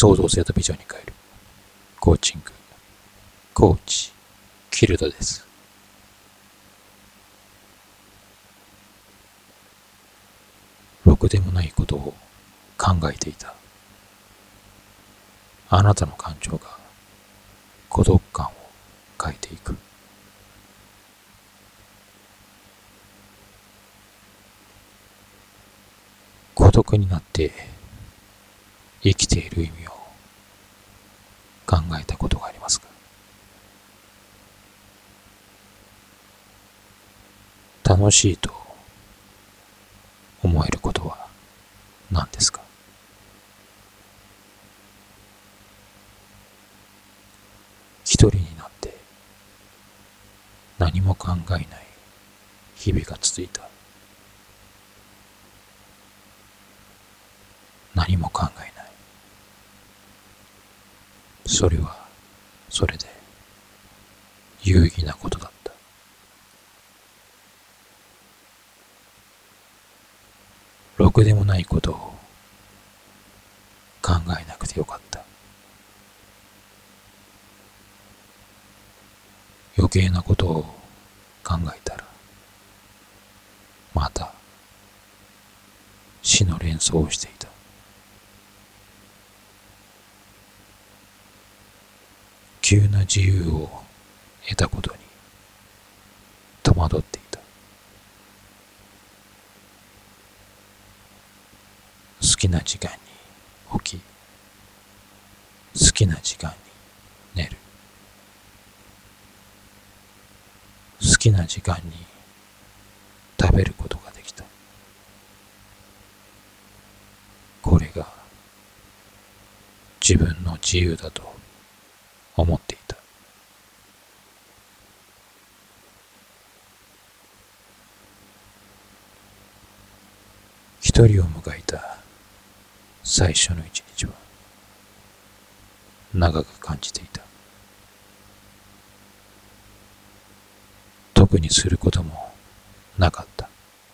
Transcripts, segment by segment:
創造性とビジョンに変えるコーチング、コーチキルドです。ろくでもないことを考えていた。あなたの感情が孤独感を変えていく。孤独になって生きている意味を考えたことがありますか？楽しいと思えることは何ですか？一人になって何も考えない日々が続いた。何も考えない。それはそれで有意義なことだった。ろくでもないことを考えなくてよかった。余計なことを考えたらまた死の連想をしていた。急な自由を得たことに戸惑っていた。好きな時間に起き、好きな時間に寝る。好きな時間に食べることができた。これが自分の自由だと思っていた。一人を迎えた最初の一日は長く感じていた。特にすることもなかった。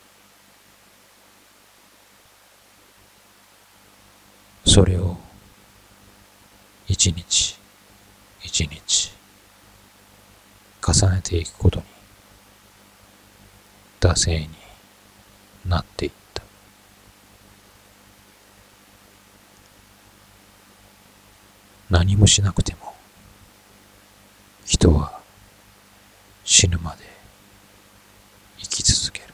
それを一日一日重ねていくことに惰性になっていった。何もしなくても人は死ぬまで生き続ける。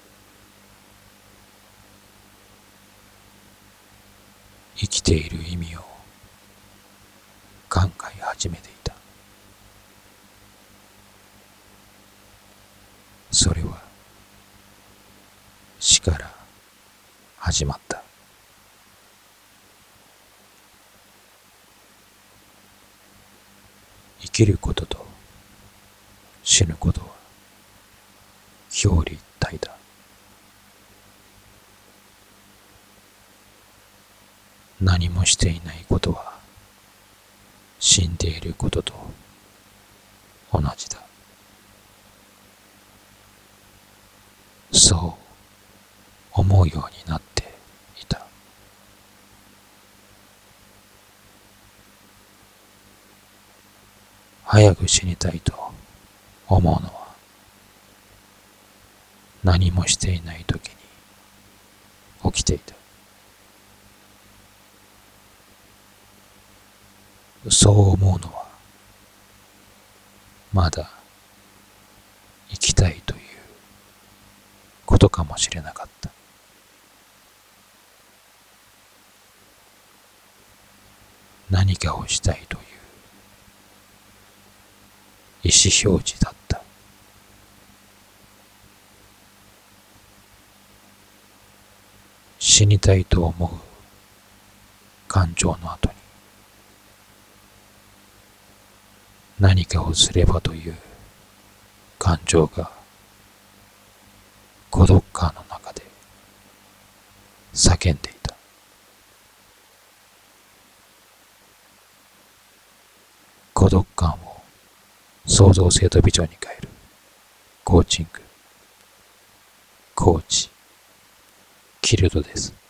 生きている意味を考え始めていた。それは死から始まった。生きることと死ぬことは表裏一体だ。何もしていないことは死んでいることと同じだ。そう思うようになっていた。早く死にたいと思うのは何もしていない時に起きていた。そう思うのはまだ生きたいということかもしれなかった。何かをしたいという意思表示だった。死にたいと思う感情の後に何かをすればという感情が孤独感の中で叫んでいた。孤独感を創造性とビジョンに変えるコーチング、コーチキルドです。